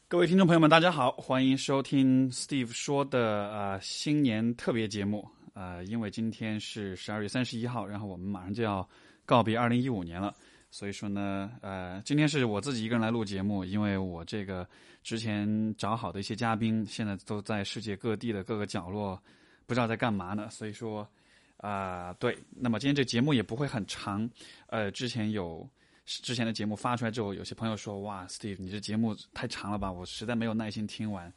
各位听众朋友们，大家好，欢迎收听 Steve 说的新年特别节目。因为今天是12月31号，然后我们马上就要告别2015年了，所以说呢，今天是我自己一个人来录节目，因为我这个之前找好的一些嘉宾，现在都在世界各地的各个角落，不知道在干嘛呢，所以说对，那么今天这节目也不会很长，之前的节目发出来之后，有些朋友说：“哇 ，Steve， 你这节目太长了吧？我实在没有耐心听完。”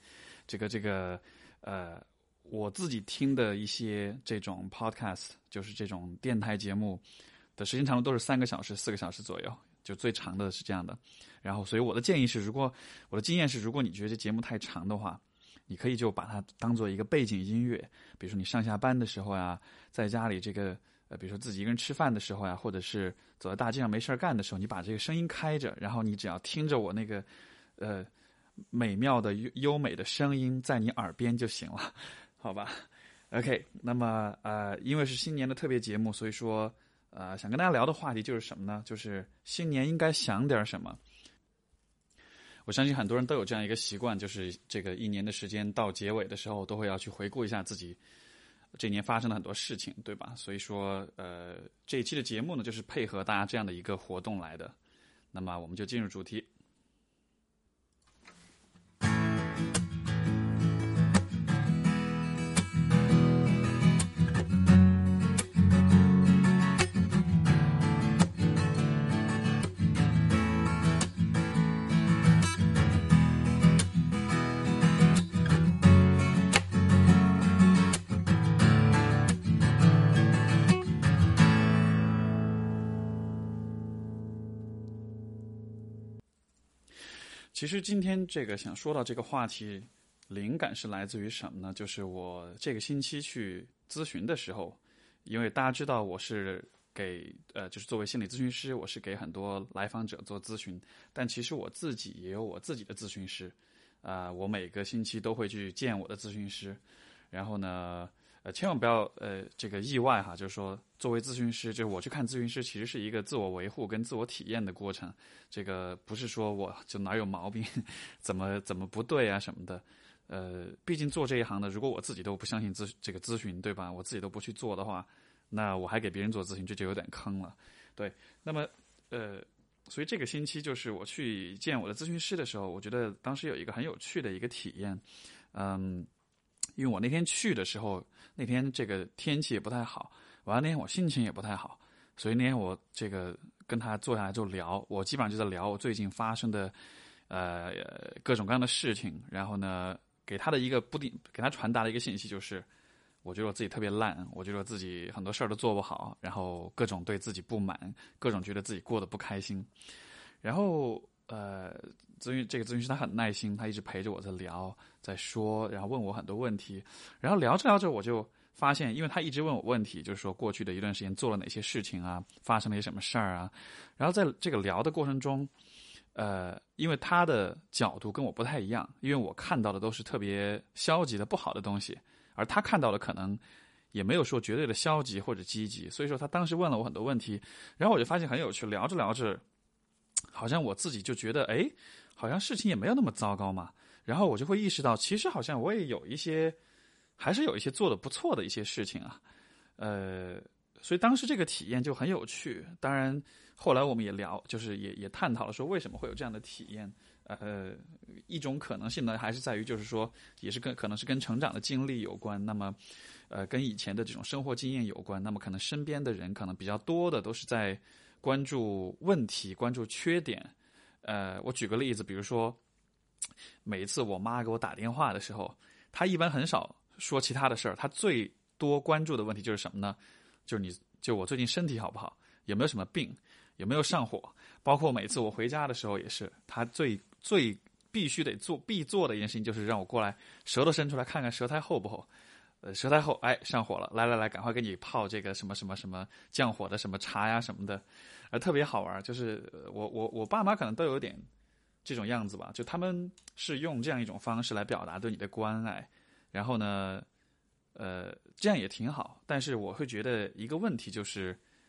我自己听的一些这种 podcast， 就是这种电台节目的时间长度都是3个小时、4个小时左右，就最长的是这样的。然后，所以我的建议是，我的经验是，如果你觉得这节目太长的话，你可以就把它当做一个背景音乐，比如说你上下班的时候呀，在家里比如说自己一个人吃饭的时候呀，或者是走在大街上没事干的时候，你把这个声音开着，然后你只要听着我那个美妙的优美的声音在你耳边就行了，好吧 ？OK， 那么因为是新年的特别节目，所以说想跟大家聊的话题就是什么呢？就是新年应该想点什么。我相信很多人都有这样一个习惯，就是这个一年的时间到结尾的时候，都会要去回顾一下自己这年发生了很多事情，对吧？所以说，这一期的节目呢，就是配合大家这样的一个活动来的。那么，我们就进入主题。其实今天想说到这个话题，灵感是来自于什么呢？就是我这个星期去咨询的时候，因为大家知道我是就是作为心理咨询师，我是给很多来访者做咨询，但其实我自己也有我自己的咨询师，我每个星期都会去见我的咨询师，然后呢，千万不要意外哈，就是说作为咨询师，就是我去看咨询师，其实是一个自我维护跟自我体验的过程。这个不是说我就哪有毛病，怎么不对啊什么的。毕竟做这一行的，如果我自己都不相信咨询，对吧？我自己都不去做的话，那我还给别人做咨询，这就有点坑了。对，那么所以这个星期就是我去见我的咨询师的时候，我觉得当时有一个很有趣的一个体验，因为我那天去的时候，那天这个天气也不太好，完了那天我心情也不太好，所以那天我跟他坐下来就聊，我基本上就在聊我最近发生的各种各样的事情，然后呢给他传达的一个信息就是，我觉得我自己特别烂，我觉得我自己很多事儿都做不好，然后各种对自己不满，各种觉得自己过得不开心，然后咨询师他很耐心，他一直陪着我在聊，在说，然后问我很多问题，然后聊着聊着我就发现，因为他一直问我问题，就是说过去的一段时间做了哪些事情啊，发生了些什么事儿啊，然后在这个聊的过程中，因为他的角度跟我不太一样，因为我看到的都是特别消极的不好的东西，而他看到的可能也没有说绝对的消极或者积极，所以说他当时问了我很多问题，然后我就发现很有趣，聊着聊着，好像我自己就觉得，好像事情也没有那么糟糕嘛。然后我就会意识到，其实好像我也还是有一些做的不错的一些事情啊。所以当时这个体验就很有趣。当然，后来我们也聊，就是也探讨了说为什么会有这样的体验。一种可能性呢，还是在于就是说，可能是跟成长的经历有关。那么，跟以前的这种生活经验有关。那么可能身边的人可能比较多的都是在关注问题、关注缺点。我举个例子，比如说，每一次我妈给我打电话的时候，她一般很少说其他的事儿，她最多关注的问题就是什么呢？就我最近身体好不好，有没有什么病，有没有上火。包括每次我回家的时候也是，她最必做的一件事情就是让我过来，舌头伸出来看看舌苔厚不厚。舌苔厚，上火了，来，赶快给你泡这个什么什么什么降火的什么茶呀什么的，特别好玩。就是我爸妈可能都有点这种样子吧，就他们是用这样一种方式来表达对你的关爱，然后呢，这样也挺好。但是我会觉得一个问题就是，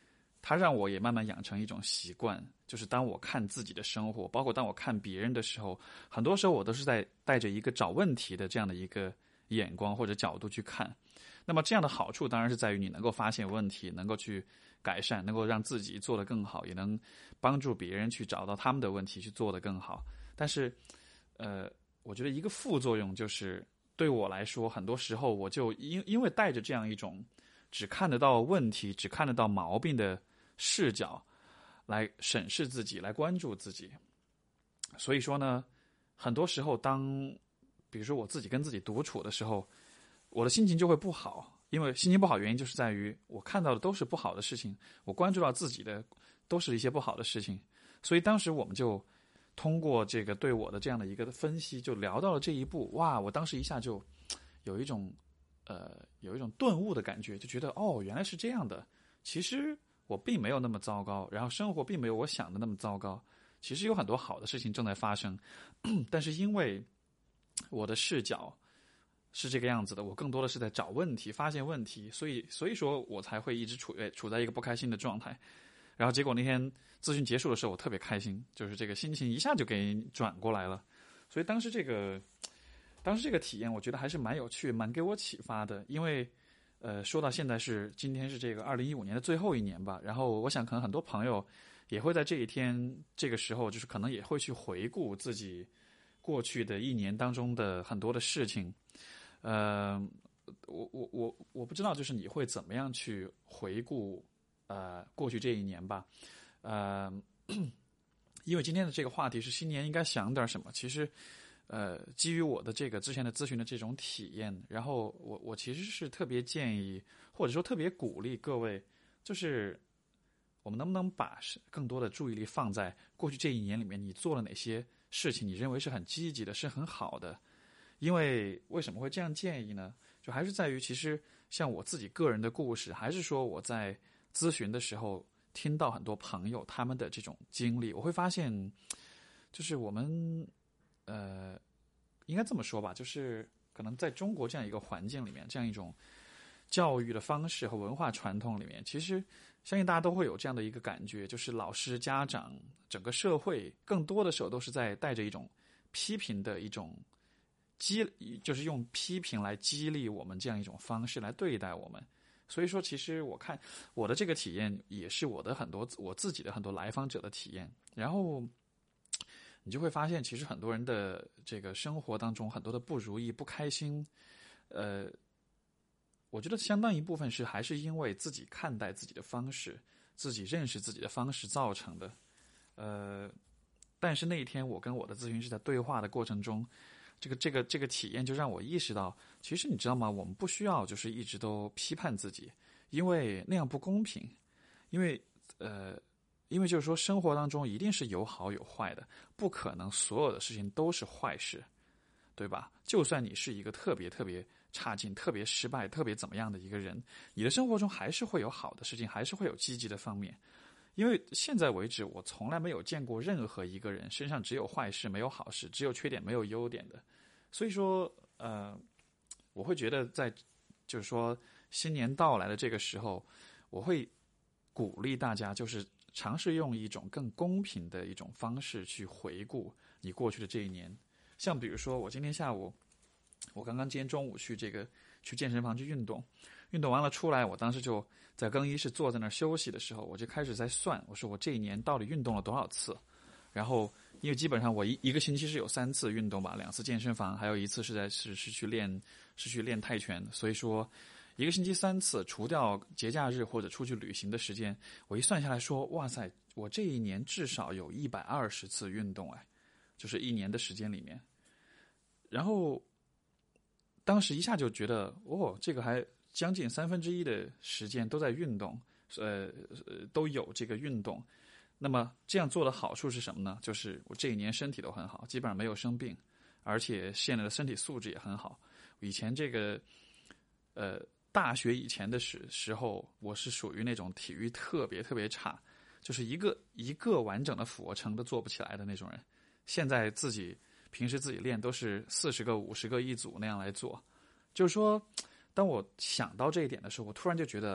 它让我也慢慢养成一种习惯，就是当我看自己的生活，包括当我看别人的时候，很多时候我都是在带着一个找问题的这样的一个眼光或者角度去看。那么这样的好处当然是在于你能够发现问题，能够去改善，能够让自己做得更好，也能帮助别人去找到他们的问题去做得更好。但是我觉得一个副作用就是对我来说，很多时候我就因为带着这样一种只看得到问题，只看得到毛病的视角来审视自己，来关注自己。所以说呢，很多时候比如说我自己跟自己独处的时候，我的心情就会不好。因为心情不好原因就是在于我看到的都是不好的事情，我关注到自己的都是一些不好的事情。所以当时我们就通过这个对我的这样的一个分析，就聊到了这一步。哇，我当时一下就有一种顿悟的感觉，就觉得原来是这样的。其实我并没有那么糟糕，然后生活并没有我想的那么糟糕，其实有很多好的事情正在发生。但是因为我的视角是这个样子的，我更多的是在找问题，发现问题，所以说我才会一直处在一个不开心的状态。然后结果那天咨询结束的时候，我特别开心，就是这个心情一下就给转过来了。所以当时这个体验，我觉得还是蛮有趣，蛮给我启发的。因为说到现在今天是这个2015年的最后一年吧，然后我想可能很多朋友也会在这一天这个时候，就是可能也会去回顾自己过去的一年当中的很多的事情。我不知道，就是你会怎么样去回顾过去这一年吧。因为今天的这个话题是新年应该想点什么。其实基于我的这个之前的咨询的这种体验，然后我其实是特别建议，或者说特别鼓励各位，就是我们能不能把更多的注意力放在过去这一年里面你做了哪些事情，你认为是很积极的，是很好的。因为为什么会这样建议呢？就还是在于，其实像我自己个人的故事，还是说我在咨询的时候听到很多朋友他们的这种经历，我会发现，就是我们应该这么说吧，就是可能在中国这样一个环境里面，这样一种教育的方式和文化传统里面，其实相信大家都会有这样的一个感觉，就是老师、家长、整个社会，更多的时候都是在带着一种批评的一种就是用批评来激励我们这样一种方式来对待我们。所以说其实我看我的这个体验也是我自己的很多来访者的体验。然后你就会发现，其实很多人的这个生活当中很多的不如意、不开心，我觉得相当一部分还是因为自己看待自己的方式、自己认识自己的方式造成的。但是那一天我跟我的咨询师在对话的过程中，这个体验就让我意识到，其实你知道吗？我们不需要就是一直都批判自己，因为那样不公平。因为就是说，生活当中一定是有好有坏的，不可能所有的事情都是坏事，对吧？就算你是一个特别特别差劲、特别失败、特别怎么样的一个人，你的生活中还是会有好的事情，还是会有积极的方面。因为现在为止，我从来没有见过任何一个人身上只有坏事没有好事，只有缺点没有优点的。所以说，我会觉得就是说新年到来的这个时候，我会鼓励大家，就是尝试用一种更公平的一种方式去回顾你过去的这一年。像比如说，我今天下午，我今天中午去健身房去运动完了出来，我当时就在更衣室坐在那儿休息的时候，我就开始在算，我说我这一年到底运动了多少次。然后因为基本上我一个星期是有3次运动吧，2次健身房，还有1次是去练泰拳。所以说一个星期3次，除掉节假日或者出去旅行的时间，我一算下来说，哇塞，我这一年至少有120次运动，就是一年的时间里面。然后当时一下就觉得，这个还将近1/3的时间都在运动，都有这个运动。那么这样做的好处是什么呢？就是我这一年身体都很好，基本上没有生病，而且现在的身体素质也很好。以前这个大学以前的时候，我是属于那种体育特别特别差，就是一个完整的俯卧撑都做不起来的那种人。现在平时自己练都是40个、50个一组那样来做。就是说，当我想到这一点的时候，我突然就觉得，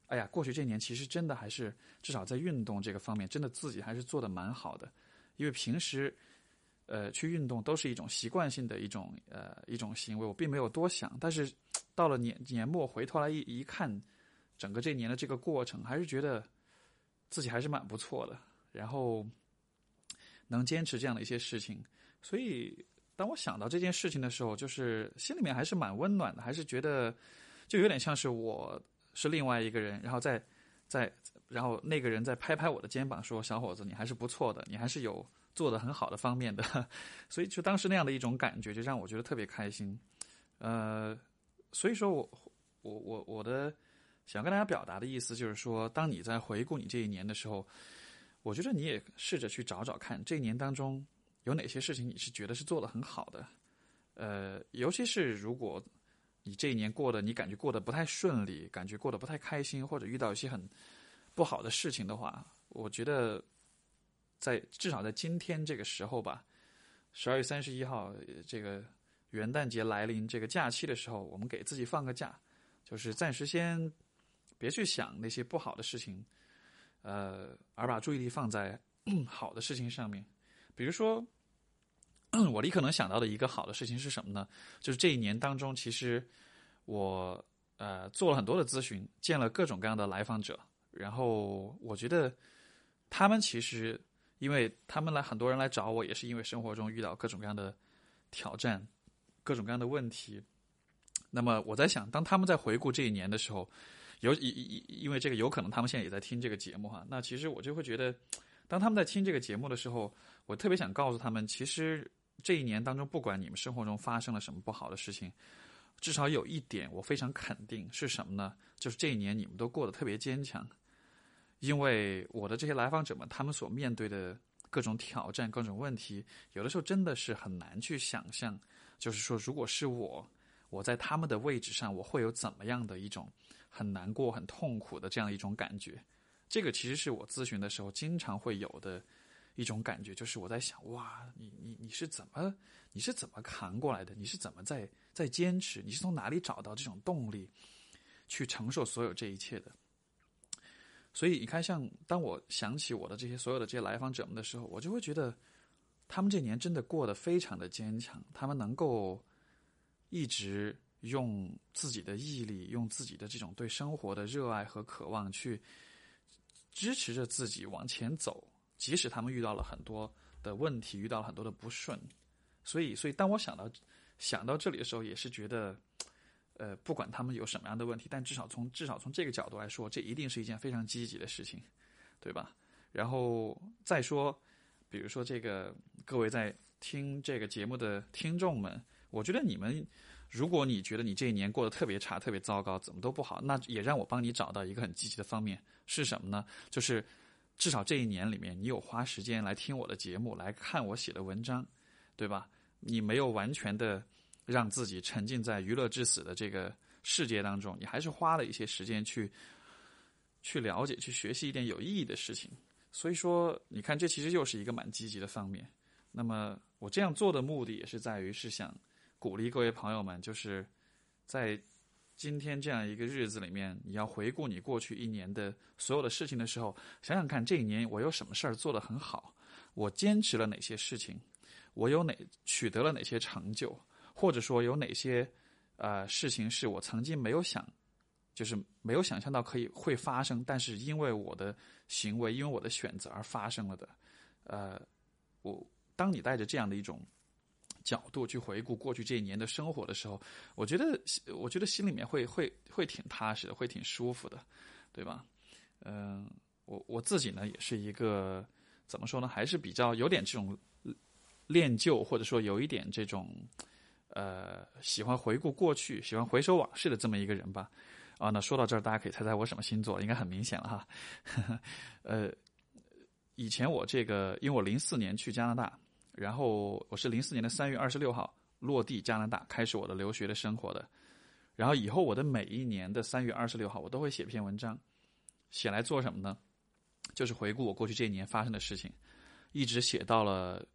哎呀，过去这年其实真的还是至少在运动这个方面，真的自己还是做的蛮好的。因为平时去运动都是一种习惯性的一种行为，我并没有多想。但是到了年末回头来一看，整个这年的这个过程，还是觉得自己还是蛮不错的。然后能坚持这样的一些事情，所以当我想到这件事情的时候，就是心里面还是蛮温暖的，还是觉得就有点像是我是另外一个人，然后那个人在拍拍我的肩膀说：“小伙子，你还是不错的，你还是有做得很好的方面的。”所以就当时那样的一种感觉，就让我觉得特别开心。所以说我的想跟大家表达的意思就是说，当你在回顾你这一年的时候，我觉得你也试着去找找看，这一年当中有哪些事情你是觉得是做得很好的。尤其是如果你这一年你感觉过得不太顺利，感觉过得不太开心，或者遇到一些很不好的事情的话，我觉得至少在今天这个时候吧，12月31号这个元旦节来临这个假期的时候，我们给自己放个假，就是暂时先别去想那些不好的事情，而把注意力放在好的事情上面。比如说我立刻能想到的一个好的事情是什么呢？就是这一年当中，其实我做了很多的咨询，见了各种各样的来访者，然后我觉得他们其实因为很多人来找我，也是因为生活中遇到各种各样的挑战，各种各样的问题。那么我在想，当他们在回顾这一年的时候，因为这个有可能他们现在也在听这个节目哈，那其实我就会觉得，当他们在听这个节目的时候，我特别想告诉他们，其实这一年当中，不管你们生活中发生了什么不好的事情，至少有一点我非常肯定是什么呢？就是这一年你们都过得特别坚强。因为我的这些来访者们，他们所面对的各种挑战、各种问题，有的时候真的是很难去想象。就是说，如果是我在他们的位置上，我会有怎么样的一种很难过、很痛苦的这样一种感觉。这个其实是我咨询的时候经常会有的一种感觉，就是我在想，哇，你是怎么扛过来的？你是怎么在坚持？你是从哪里找到这种动力去承受所有这一切的？所以你看，像当我想起我的所有的这些来访者们的时候，我就会觉得他们这年真的过得非常的坚强，他们能够一直用自己的毅力，用自己的这种对生活的热爱和渴望去支持着自己往前走，即使他们遇到了很多的问题，遇到了很多的不顺。所以当我想到这里的时候，也是觉得不管他们有什么样的问题，但至少从这个角度来说，这一定是一件非常积极的事情，对吧？然后再说，比如说这个各位在听这个节目的听众们，我觉得你们，如果你觉得你这一年过得特别差、特别糟糕，怎么都不好，那也让我帮你找到一个很积极的方面是什么呢？就是至少这一年里面，你有花时间来听我的节目，来看我写的文章，对吧？你没有完全的让自己沉浸在娱乐至死的这个世界当中，你还是花了一些时间去了解、去学习一点有意义的事情。所以说，你看，这其实又是一个蛮积极的方面。那么，我这样做的目的也是在于是想鼓励各位朋友们，就是在今天这样一个日子里面，你要回顾你过去一年的所有的事情的时候，想想看这一年我有什么事儿做得很好，我坚持了哪些事情，我取得了哪些成就，或者说有哪些事情是我曾经没有想象到会发生，但是因为我的行为，因为我的选择而发生了的。当你带着这样的一种角度去回顾过去这一年的生活的时候，我觉得心里面会挺踏实的，会挺舒服的，对吧？我自己呢也是一个怎么说呢，还是比较有点这种恋旧，或者说有一点这种喜欢回顾过去，喜欢回首往事的这么一个人吧。那说到这儿，大家可以猜猜我什么星座，应该很明显了哈。以前我因为我04年去加拿大，然后我是04年的3月26号落地加拿大，开始我的留学的生活的。然后以后我的每一年的3月26号，我都会写篇文章，写来做什么呢？就是回顾我过去这一年发生的事情，一直写到了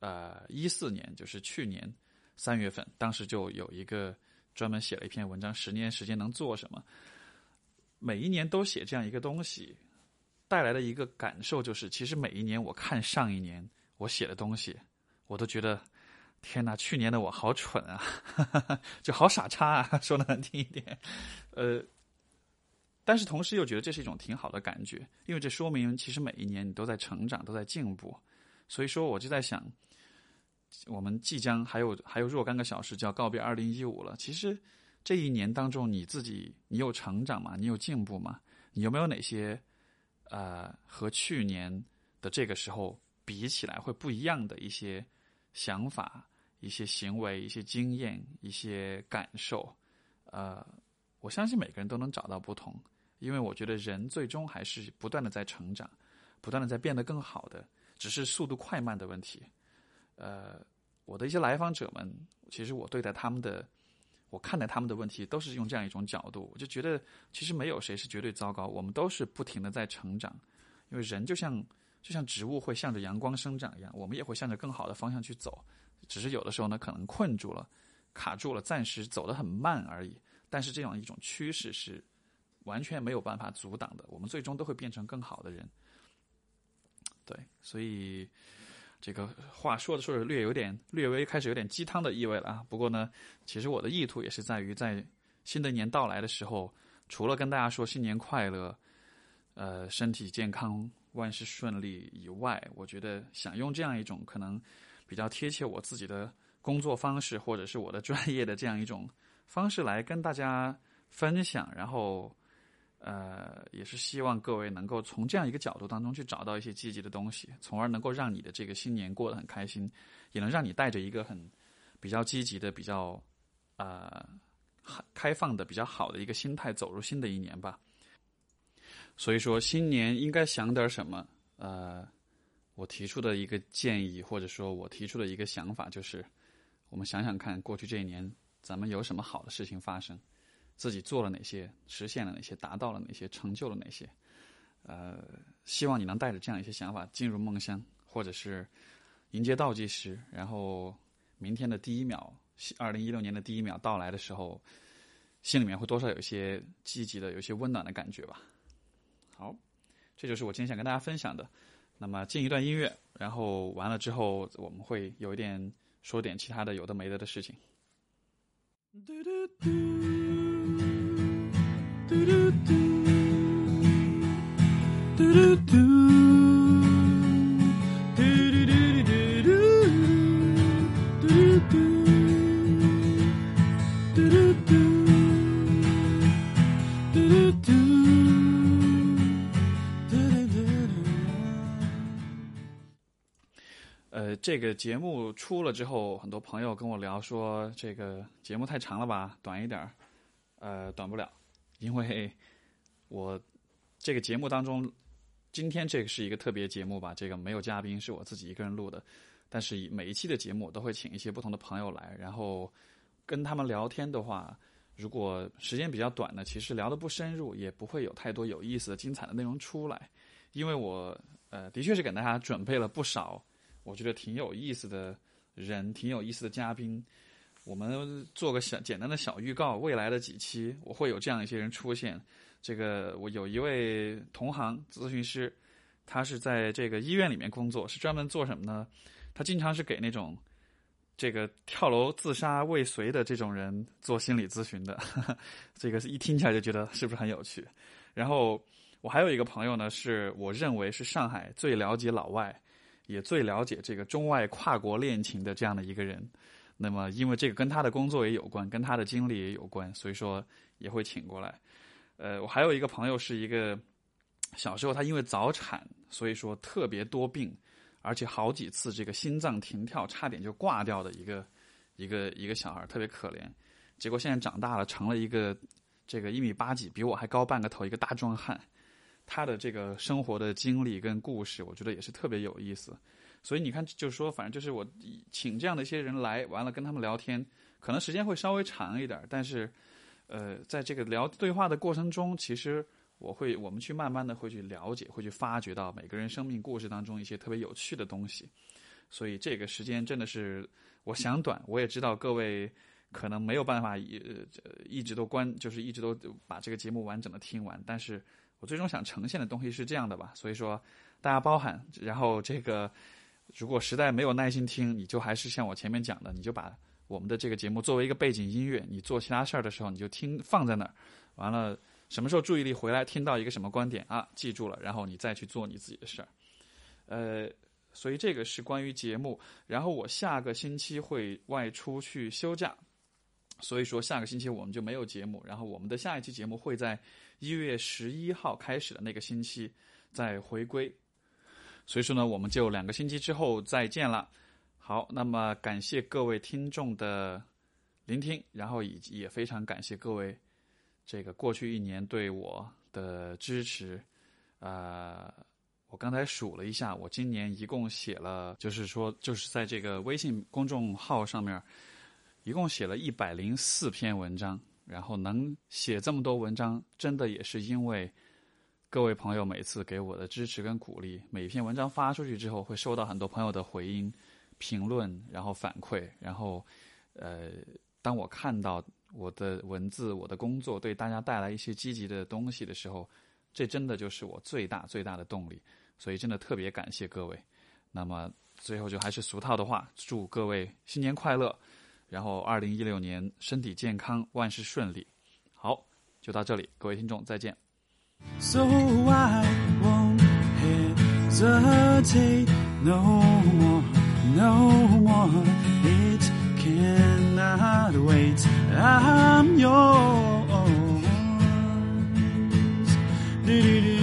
14年，就是去年3月份，当时就有一个专门写了一篇文章，10年时间能做什么。 每一年都写这样一个东西，带来的一个感受就是，其实每一年我看上一年我写的东西，我都觉得天哪，去年的我好蠢啊，就好傻叉啊，说的难听一点，但是同时又觉得这是一种挺好的感觉，因为这说明其实每一年你都在成长，都在进步。所以说，我就在想，我们即将还有若干个小时就要告别2015了。其实这一年当中，你有成长吗？你有进步吗？你有没有哪些和去年的这个时候比起来会不一样的一些想法、一些行为、一些经验、一些感受？我相信每个人都能找到不同。因为我觉得人最终还是不断的在成长，不断的在变得更好的，只是速度快慢的问题。我的一些来访者们，其实我看待他们的问题都是用这样一种角度，我就觉得其实没有谁是绝对糟糕，我们都是不停的在成长。因为人就像植物会向着阳光生长一样，我们也会向着更好的方向去走，只是有的时候呢可能困住了、卡住了，暂时走得很慢而已。但是这样一种趋势是完全没有办法阻挡的，我们最终都会变成更好的人。对，所以这个话说着略微开始有点鸡汤的意味了啊。不过呢，其实我的意图也是在于，在新的一年到来的时候，除了跟大家说新年快乐，身体健康、万事顺利以外，我觉得想用这样一种可能比较贴切我自己的工作方式，或者是我的专业的这样一种方式来跟大家分享，然后也是希望各位能够从这样一个角度当中去找到一些积极的东西，从而能够让你的这个新年过得很开心，也能让你带着一个比较积极的、比较开放的、比较好的一个心态走入新的一年吧。所以说，新年应该想点什么？我提出的一个建议，或者说我提出的一个想法，就是我们想想看，过去这一年咱们有什么好的事情发生。自己做了哪些，实现了哪些，达到了哪些，成就了哪些。希望你能带着这样一些想法进入梦乡，或者是迎接倒计时，然后明天的第一秒，2016年的第一秒到来的时候，心里面会多少有一些积极的、有一些温暖的感觉吧。好，这就是我今天想跟大家分享的。那么进一段音乐，然后完了之后，我们会说点其他的有的没的的事情。这个节目出了之后，很多朋友跟我聊说，这个节目太长了吧，短一点。短不了，因为我这个节目当中，今天这个是一个特别节目吧，这个没有嘉宾，是我自己一个人录的。但是每一期的节目我都会请一些不同的朋友来，然后跟他们聊天的话，如果时间比较短呢，其实聊得不深入，也不会有太多有意思的、精彩的内容出来。因为我的确是给大家准备了不少，我觉得挺有意思的人，挺有意思的嘉宾。我们做个简单的小预告，未来的几期我会有这样一些人出现。这个我有一位同行咨询师，他是在这个医院里面工作，是专门做什么呢？他经常是给那种这个跳楼自杀未遂的这种人做心理咨询的，这个一听起来就觉得是不是很有趣？然后我还有一个朋友呢，是我认为是上海最了解老外，也最了解这个中外跨国恋情的这样的一个人。那么因为这个跟他的工作也有关，跟他的经历也有关，所以说也会请过来。我还有一个朋友是一个小时候他因为早产，所以说特别多病，而且好几次这个心脏停跳，差点就挂掉的一个小孩，特别可怜。结果现在长大了，成了一个这个1.8米几，比我还高半个头，一个大壮汉。他的这个生活的经历跟故事，我觉得也是特别有意思。所以你看，就是说，反正就是我请这样的一些人来，完了跟他们聊天，可能时间会稍微长一点，但是，在这个对话的过程中，其实我们去慢慢的会去了解，会去发掘到每个人生命故事当中一些特别有趣的东西。所以这个时间真的是我想短，我也知道各位可能没有办法一直都就是一直都把这个节目完整的听完，但是我最终想呈现的东西是这样的吧，所以说大家包涵。然后这个如果实在没有耐心听，你就还是像我前面讲的，你就把我们的这个节目作为一个背景音乐，你做其他事儿的时候你就放在那儿，完了什么时候注意力回来听到一个什么观点啊，记住了，然后你再去做你自己的事儿。所以这个是关于节目。然后我下个星期会外出去休假，所以说下个星期我们就没有节目。然后我们的下一期节目会在1月11号开始的那个星期再回归。所以说呢，我们就2个星期之后再见了。好，那么感谢各位听众的聆听，然后也非常感谢各位这个过去1年对我的支持。我刚才数了一下，我今年一共写了，就是在这个微信公众号上面一共写了104篇文章。然后能写这么多文章，真的也是因为各位朋友每次给我的支持跟鼓励。每一篇文章发出去之后，会收到很多朋友的回音、评论，然后反馈。然后当我看到我的文字、我的工作对大家带来一些积极的东西的时候，这真的就是我最大的动力。所以真的特别感谢各位。那么最后就还是俗套的话，祝各位新年快乐，然后2016年身体健康，万事顺利。好，就到这里，各位听众再见。 So I won't hesitate no more, no more. It cannot wait. I'm yours.